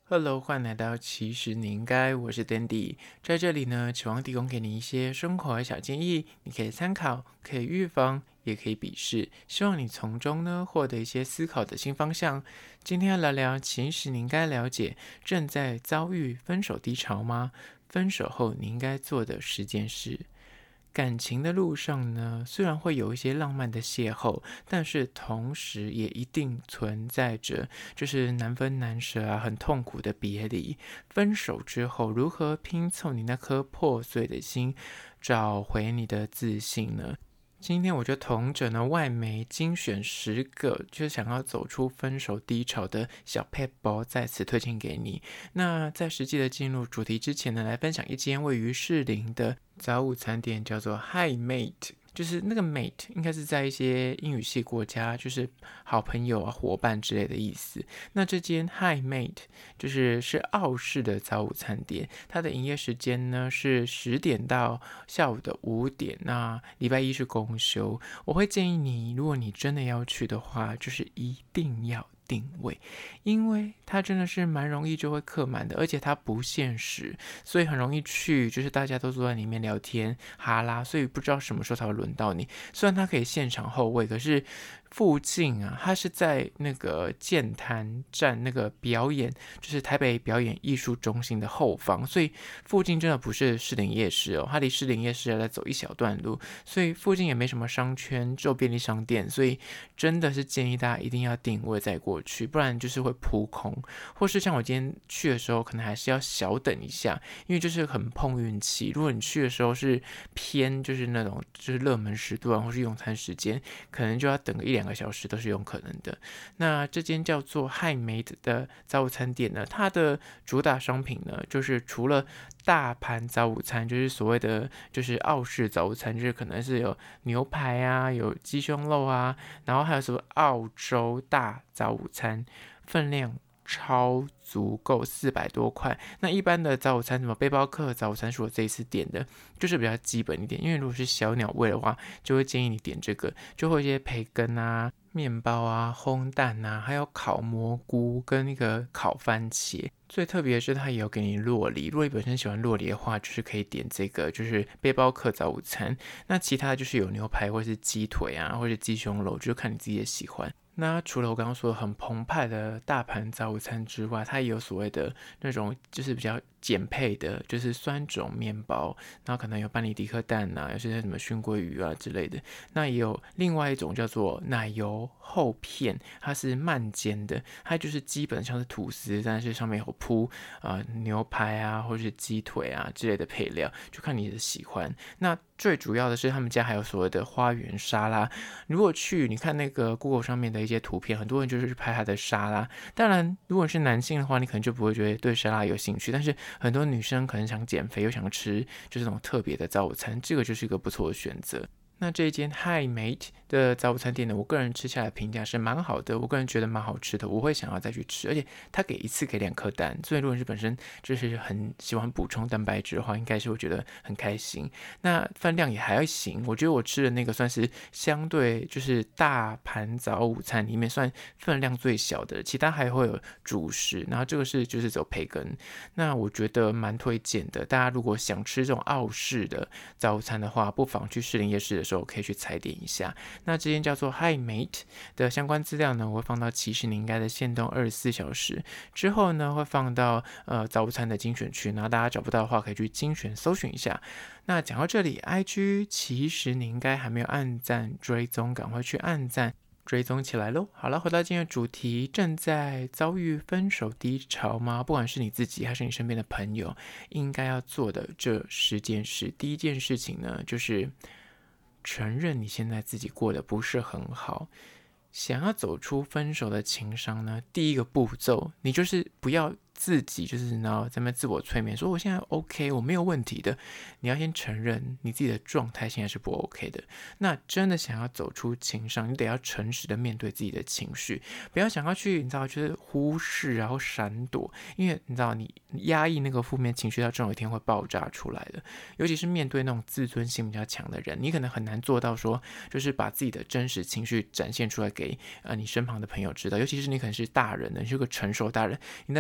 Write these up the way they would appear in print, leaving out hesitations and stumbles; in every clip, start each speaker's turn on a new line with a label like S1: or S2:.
S1: Hello，欢迎来到其实你应该，我是 Dandy，在这里呢，期望提供给你一些生活小建议，你可以参考，可以预防，也可以比视，希望你从中呢获得一些思考的新方向。今天要聊聊，其实你应该了解，正在遭遇分手低潮吗？分手后你应该做的10件事。感情的路上呢，虽然会有一些浪漫的邂逅，但是同时也一定存在着就是难分难舍啊，很痛苦的别离。分手之后，如何拼凑你那颗破碎的心，找回你的自信呢？今天我就同着呢外媒精选10个，就是想要走出分手低潮的小 p 包，在此推荐给你。那在实际的进入主题之前呢，来分享一间位于士林的早午餐店，叫做 Hi Mate。就是那个 mate 应该是在一些英语系国家，就是好朋友啊、伙伴之类的意思。那这间 Hi Mate 是澳式的早午餐店，它的营业时间呢是10点到下午的5点。那礼拜一是公休，我会建议你，如果你真的要去的话，就是一定要定位，因为它真的是蛮容易就会客满的，而且它不限时，所以很容易去，就是大家都坐在里面聊天哈拉，所以不知道什么时候才会轮到你。虽然它可以现场后位，可是附近啊，它是在那个剑潭站那个表演，就是台北表演艺术中心的后方，所以附近真的不是士林夜市哦，它离士林夜市要再走一小段路，所以附近也没什么商圈，只有便利商店，所以真的是建议大家一定要定位再过去，不然就是会扑空，或是像我今天去的时候，可能还是要小等一下，因为就是很碰运气。如果你去的时候是偏就是那种就是热门时段或是用餐时间，可能就要等个1-2个小时都是有可能的。那这间叫做汉梅的早午餐店呢，它的主打商品呢，就是除了大盘早午餐，就是所谓的就是澳式早午餐，就是可能是有牛排啊，有鸡胸肉啊，然后还有什么澳洲大早午餐，分量超足够400多块。那一般的早午餐，什么背包客早午餐是我这一次点的，就是比较基本一点。因为如果是小鸟胃的话，就会建议你点这个，就会有一些培根啊、面包啊、烘蛋啊，还有烤蘑菇跟那个烤番茄。最特别的是，它也有给你洛梨。如果你本身喜欢洛梨的话，就是可以点这个，就是背包客早午餐。那其他就是有牛排或是鸡腿啊，或是鸡胸肉，就看你自己的喜欢。那除了我刚刚说的很澎湃的大盘早午餐之外，它也有所谓的那种就是比较简配的，就是酸种面包，然后可能有班尼迪克蛋啊，有些什么熏鲑鱼啊之类的。那也有另外一种叫做奶油厚片，它是慢煎的，它就是基本像是吐司，但是上面有铺牛排啊或者是鸡腿啊之类的配料，就看你的喜欢。那最主要的是他们家还有所谓的花园沙拉，如果去你看那个 Google 上面的一些图片，很多人就是拍他的沙拉。当然，如果是男性的话，你可能就不会觉得对沙拉有兴趣，但是很多女生可能想减肥又想吃就是那种特别的早午餐，这个就是一个不错的选择。那这一间 Hi Mate 的早午餐店呢，我个人吃下来评价是蛮好的，我个人觉得蛮好吃的，我会想要再去吃，而且它一次给2颗蛋，所以如果你是本身就是很喜欢补充蛋白质的话，应该是会觉得很开心。那饭量也还行，我觉得我吃的那个算是相对就是大盘早午餐里面算分量最小的，其他还会有主食，然后这个是就是走培根，那我觉得蛮推荐的。大家如果想吃这种澳式的早午餐的话，不妨去士林夜市的时候可以去踩点一下。那这间叫做 Hi Mate 的相关资料呢，我会放到其实你应该的限动24小时之后呢，会放到早午餐的精选区，然后大家找不到的话，可以去精选搜寻一下。那讲到这里 ，IG 其实你应该还没有按赞追踪，赶快去按赞追踪起来喽！好了，回到今天的主题，正在遭遇分手低潮吗？不管是你自己还是你身边的朋友，应该要做的这10件事。第一件事情呢，就是承认你现在自己过得不是很好。想要走出分手的情伤呢，第一个步骤，你就是不要自己就是然后在那边自我催眠，说我现在 OK，我没有问题的。你要先承认你自己的状态现在是不 OK 的。那真的想要走出情伤，你得要诚实的面对自己的情绪，不要想要去你知道就是忽视然后闪躲，因为你知道你压抑那个负面情绪，到终有一天会爆炸出来的。尤其是面对那种自尊心比较强的人，你可能很难做到说就是把自己的真实情绪展现出来给你身旁的朋友知道，尤其是你可能是大人了，你是个成熟大人，你在工作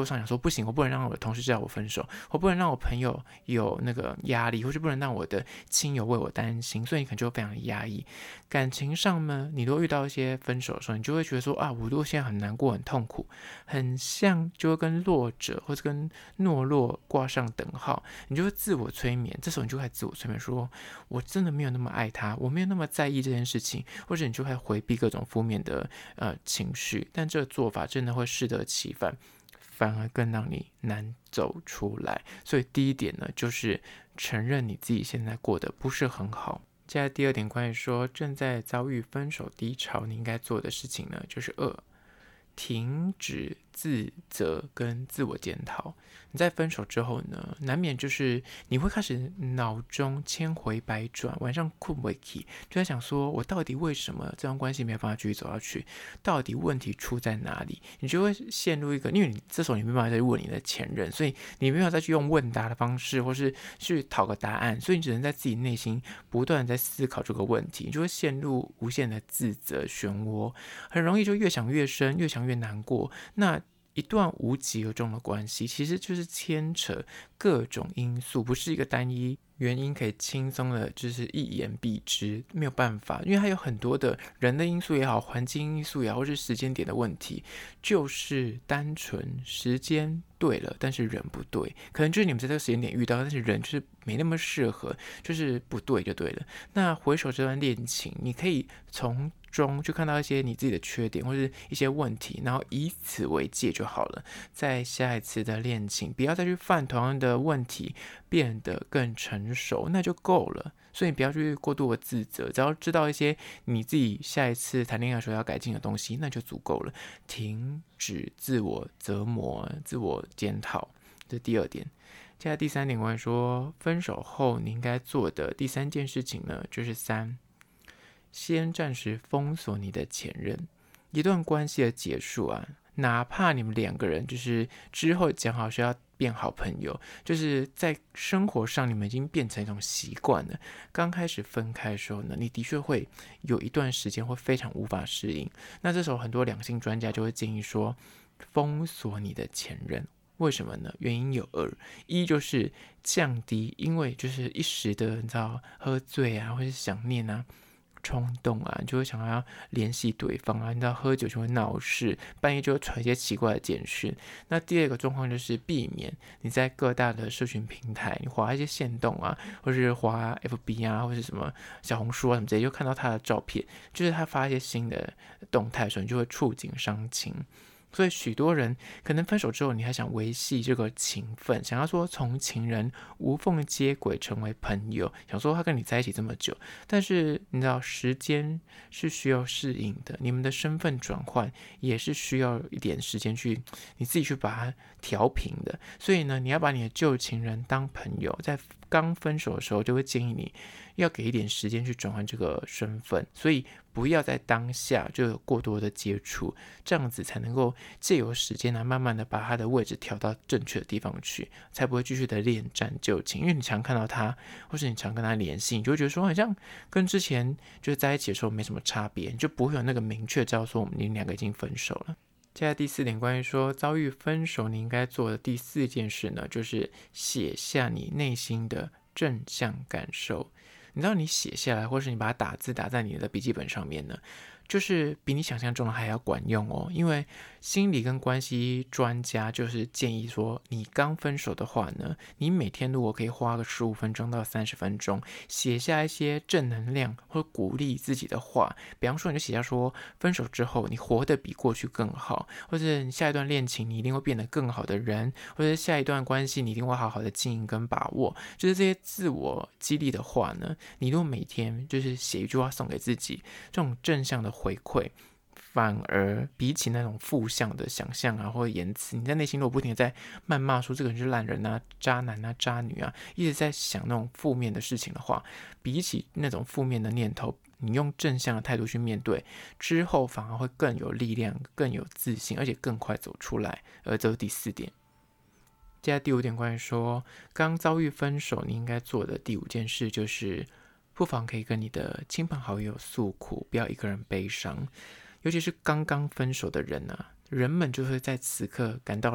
S1: 上想说不行，我不能让我的同事知道我分手，我不能让我朋友有那个压力，或是不能让我的亲友为我担心，所以你可能就非常的压抑。感情上呢，你如果遇到一些分手的时候，你就会觉得说啊，我如果现在很难过、很痛苦，很像就会跟弱者或者跟懦弱挂上等号，你就会自我催眠。这时候你就开始自我催眠说，我真的没有那么爱他，我没有那么在意这件事情，或者你就开始回避各种负面的情绪。但这个做法真的会适得其反，反而更让你难走出来。所以第一点呢，就是承认你自己现在过得不是很好。接下来第二点，关于说正在遭遇分手低潮，你应该做的事情呢，就是停止自责跟自我检讨。你在分手之后呢，难免就是你会开始脑中千回百转，晚上困不起，就在想说，我到底为什么这段关系没有办法继续走下去？到底问题出在哪里？你就会陷入一个，因为你这时候你没办法再问你的前任，所以你没有再去用问答的方式，或是去讨个答案，所以你只能在自己内心不断在思考这个问题，你就会陷入无限的自责漩涡，很容易就越想越深，越想越难过。那一段无疾而终的关系，其实就是牵扯各种因素，不是一个单一原因可以轻松的，就是一言蔽之，没有办法，因为它有很多的人的因素也好，环境因素也好，或是时间点的问题，就是单纯时间对了，但是人不对，可能就是你们在这个时间点遇到，但是人就是没那么适合，就是不对就对了。那回首这段恋情，你可以从中就看到一些你自己的缺点或是一些问题，然后以此为戒就好了。在下一次的恋情，不要再去犯同样的问题，变得更成熟，那就够了。所以不要去过度的自责，只要知道一些你自己下一次谈恋爱的时候要改进的东西，那就足够了。停止自我折磨、自我检讨，这是第二点。接下来第三点，关于说分手后你应该做的第三件事情呢，就是先暂时封锁你的前任。一段关系的结束啊，哪怕你们两个人就是之后讲好是要变好朋友，就是在生活上你们已经变成一种习惯了。刚开始分开的时候呢，你的确会有一段时间会非常无法适应。那这时候很多两性专家就会建议说，封锁你的前任。为什么呢？原因有二，一就是降低，因为就是一时的你知道喝醉啊，或是想念啊，冲动啊，你就会想要联系对方啊，你知道喝酒就会闹事，半夜就会传一些奇怪的简讯。那第二个状况就是避免你在各大的社群平台，你滑一些限动啊，或是滑 FB 啊，或是什么小红书啊什么之类，就看到他的照片，就是他发一些新的动态的时候，你就会触景伤情。所以许多人可能分手之后，你还想维系这个情分，想要说从情人无缝接轨成为朋友，想说他跟你在一起这么久，但是你知道时间是需要适应的，你们的身份转换也是需要一点时间去你自己去把它调平的。所以呢，你要把你的旧情人当朋友，在刚分手的时候就会建议你要给一点时间去转换这个身份，所以不要在当下就有过多的接触，这样子才能够借由时间来慢慢的把他的位置调到正确的地方去，才不会继续的恋战旧情。因为你常看到他，或是你常跟他联系，你就会觉得说好像跟之前就是在一起的时候没什么差别，你就不会有那个明确知道说我们两个已经分手了。接下来第四点，关于说遭遇分手你应该做的第四件事呢，就是写下你内心的正向感受。你知道你写下来，或是你把它打字打在你的笔记本上面呢，就是比你想象中的还要管用哦。因为心理跟关系专家就是建议说，你刚分手的话呢，你每天如果可以花个15分钟到30分钟，写下一些正能量或鼓励自己的话，比方说你就写下说，分手之后你活得比过去更好，或者你下一段恋情你一定会变得更好的人，或者下一段关系你一定会好好的经营跟把握，就是这些自我激励的话呢，你如果每天就是写一句话送给自己，这种正向的回馈，反而比起那种负向的想象啊或者言辞，你在内心如果不停的在谩骂说这个人是烂人啊、渣男啊、渣女啊，一直在想那种负面的事情的话，比起那种负面的念头，你用正向的态度去面对之后，反而会更有力量、更有自信，而且更快走出来。而这是第四点。接下来第五点，关于说刚遭遇分手你应该做的第五件事，就是不妨可以跟你的亲朋好友诉苦，不要一个人悲伤。尤其是刚刚分手的人啊，人们就会在此刻感到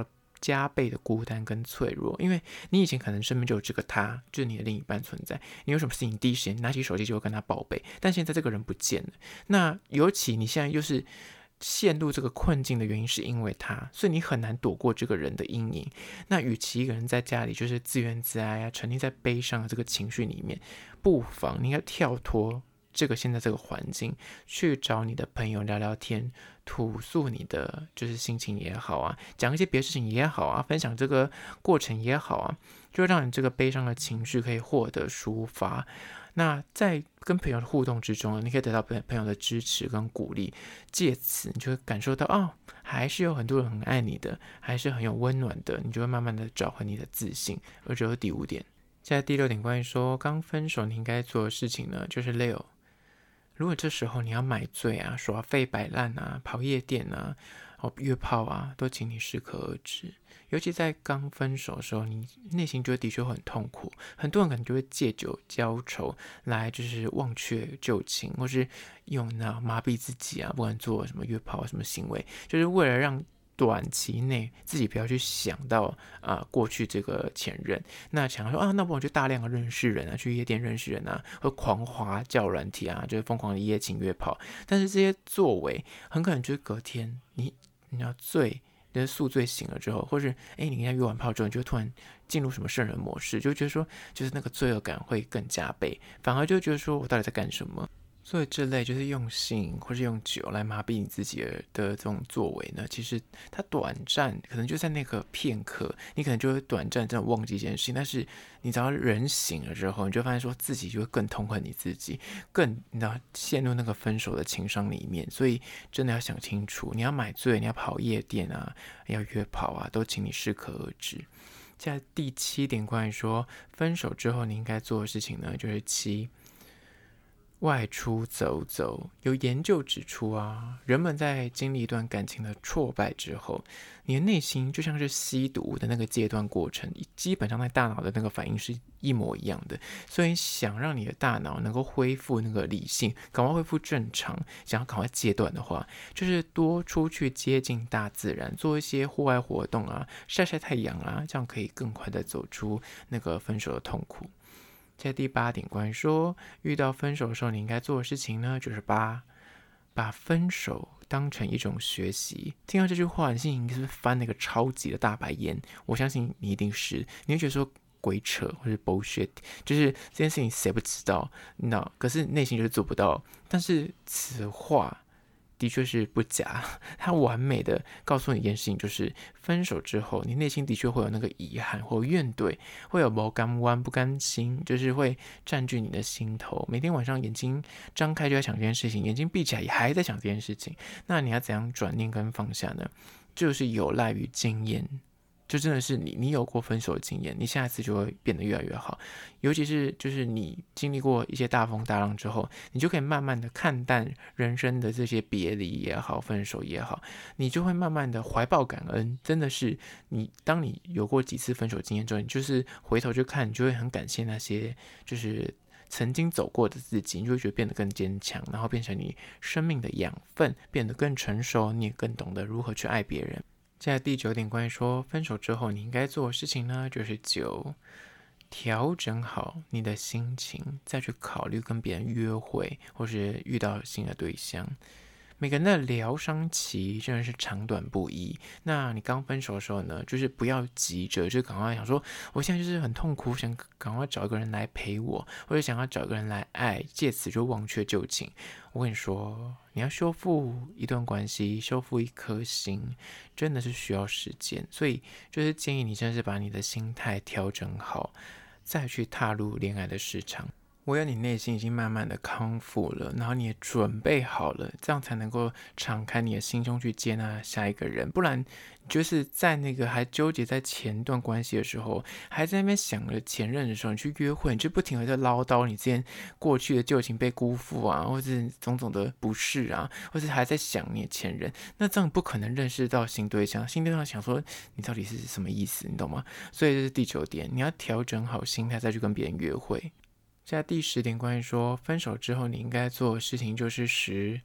S1: 加倍的孤单跟脆弱，因为你以前可能身边就有这个他，就是你的另一半存在，你有什么事情第一时间拿起手机就会跟他报备，但现在这个人不见了，那尤其你现在又是陷入这个困境的原因是因为他，所以你很难躲过这个人的阴影。那与其一个人在家里就是自怨自哀啊，沉溺在悲伤的这个情绪里面，不妨你应该跳脱现在这个环境，去找你的朋友聊聊天，吐诉你的就是心情也好啊，讲一些别的事情也好啊，分享这个过程也好啊，就让你这个悲伤的情绪可以获得抒发。那在跟朋友的互动之中，你可以得到朋友的支持跟鼓励，借此你就会感受到还是有很多人很爱你的，还是很有温暖的，你就会慢慢的找回你的自信。而这是第5点。现在第6点，关于说刚分手你应该做的事情呢，就是6。如果这时候你要买醉啊、耍废摆烂啊、跑夜店啊、约炮啊，都请你适可而止。尤其在刚分手的时候，你内心的确会很痛苦，很多人可能就会借酒浇愁来就是忘却旧情，或是用那麻痹自己啊，不管做什么约炮什么行为，就是为了让短期内自己不要去想到过去这个前任，那想说那不然就大量的认识人啊，去夜店认识人啊，或狂滑交友软体啊，就是疯狂的一夜情约炮。但是这些作为很可能就是隔天你要醉，就是宿醉醒了之后，或是你跟他约完炮之后，你就突然进入什么圣人模式，就觉得说就是那个罪恶感会更加倍，反而就觉得说我到底在干什么。所以这类就是用性或是用酒来麻痹你自己的这种作为呢，其实它短暂可能就在那个片刻，你可能就会短暂这样忘记一件事情，但是你只要人醒了之后，你就发现说自己就会更痛恨你自己，更你知道陷入那个分手的情伤里面。所以真的要想清楚，你要买醉，你要跑夜店啊，要约炮啊，都请你适可而止。在第7点，关于说分手之后你应该做的事情呢，就是7。外出走走。有研究指出啊，人们在经历一段感情的挫败之后，你的内心就像是吸毒的那个阶段过程，基本上在大脑的那个反应是一模一样的。所以想让你的大脑能够恢复那个理性，赶快恢复正常，想要赶快戒断的话，就是多出去接近大自然，做一些户外活动啊，晒晒太阳啊，这样可以更快的走出那个分手的痛苦。在第8点，关于说遇到分手的时候你应该做的事情呢，就是把分手当成一种学习。听到这句话，你心里是不是翻那个超级的大白眼？我相信你一定是，你会觉得说鬼扯或是 bullshit， 就是这件事情谁不知道？可是内心就是做不到。但是此话的确是不假，他完美的告诉你一件事情，就是分手之后你内心的确会有那个遗憾或怨怼，会有不甘弯不甘心，就是会占据你的心头，每天晚上眼睛张开就在想这件事情，眼睛闭起来也还在想这件事情。那你要怎样转念跟放下呢？就是有赖于经验，就真的是你有过分手的经验，你下一次就会变得越来越好。尤其是就是你经历过一些大风大浪之后，你就可以慢慢的看淡人生的这些别离也好，分手也好，你就会慢慢的怀抱感恩。真的是当你有过几次分手经验之后，你就是回头去看，你就会很感谢那些就是曾经走过的自己，你就会觉得变得更坚强，然后变成你生命的养分，变得更成熟，你也更懂得如何去爱别人。在第9点，关于说分手之后你应该做的事情呢，就是9，调整好你的心情，再去考虑跟别人约会或是遇到新的对象。每个人的疗伤期真的是长短不一。那你刚分手的时候呢，就是不要急着就赶快想说，我现在就是很痛苦，想赶快找一个人来陪我，或者想要找一个人来爱，借此就忘却旧情。我跟你说，你要修复一段关系，修复一颗心，真的是需要时间。所以就是建议你真的是把你的心态调整好，再去踏入恋爱的市场。唯有你内心已经慢慢的康复了，然后你也准备好了，这样才能够敞开你的心胸去接纳下一个人。不然你就是在那个还纠结在前段关系的时候，还在那边想着前任的时候，你去约会，你就不停的在唠叨你之前过去的旧情被辜负啊，或是种种的不适啊，或是还在想你的前任，那这样不可能认识到新对象。新对象想说你到底是什么意思，你懂吗？所以这是第9点，你要调整好心态再去跟别人约会。现在第10点，关于说分手之后你应该做的事情，就是10，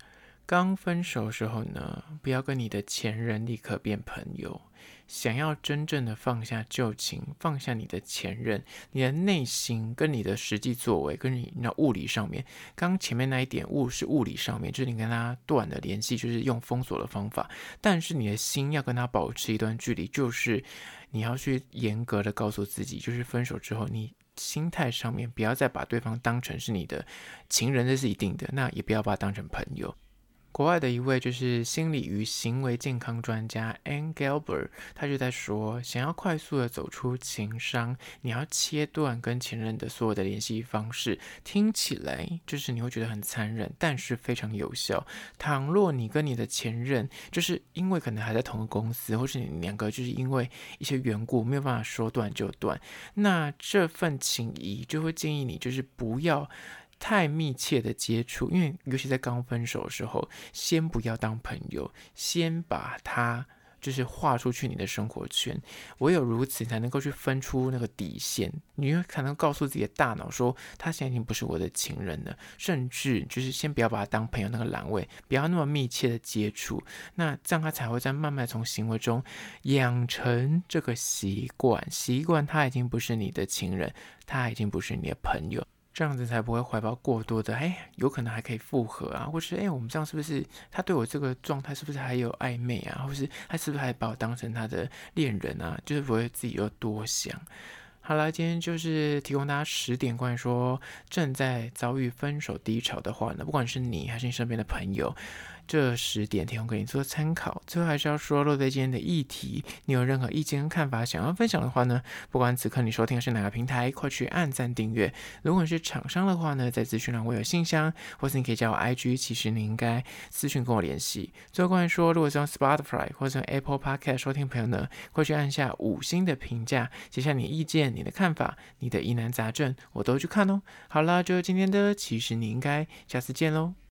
S1: 刚分手的时候呢，不要跟你的前任立刻变朋友。想要真正的放下旧情，放下你的前任，你的内心跟你的实际作为，跟你那物理上面，刚前面那一点是物理上面，就是你跟他断了联系，就是用封锁的方法，但是你的心要跟他保持一段距离，就是你要去严格的告诉自己，就是分手之后你心态上面不要再把对方当成是你的情人，这是一定的，那也不要把他当成朋友。国外的一位就是心理与行为健康专家 Ann Gelber， 他就在说，想要快速的走出情伤，你要切断跟前任的所有的联系方式。听起来就是你会觉得很残忍，但是非常有效。倘若你跟你的前任就是因为可能还在同一个公司，或是你们两个就是因为一些缘故没有办法说断就断，那这份情谊就会建议你就是不要太密切的接触，因为尤其在刚分手的时候，先不要当朋友，先把他就是划出去你的生活圈，唯有如此才能够去分出那个底线。你会可能告诉自己的大脑说，他现在已经不是我的情人了，甚至就是先不要把他当朋友那个栏位，不要那么密切的接触，那这样他才会在慢慢从行为中养成这个习惯，他已经不是你的情人，他已经不是你的朋友。这样子才不会怀抱过多的，有可能还可以复合啊，或是我们这样是不是他对我这个状态是不是还有暧昧啊，或是他是不是还把我当成他的恋人啊，就是不会自己又多想。好啦，今天就是提供大家10点关于说正在遭遇分手低潮的话呢，不管是你还是你身边的朋友，这10点提供给你做参考。最后还是要说，若对今天的议题你有任何意见跟看法想要分享的话呢，不管此刻你收听的是哪个平台，快去按赞订阅。如果你是厂商的话呢，在资讯栏我有信箱，或是你可以加我 IG， 其实你应该私讯跟我联系。最后关于说，如果是用 Spotify 或是用 Apple Podcast 收听朋友呢，快去按下5星的评价，写下你的意见、你的看法、你的疑难杂症，我都去看哦。好啦，就今天的，其实你应该，下次见喽。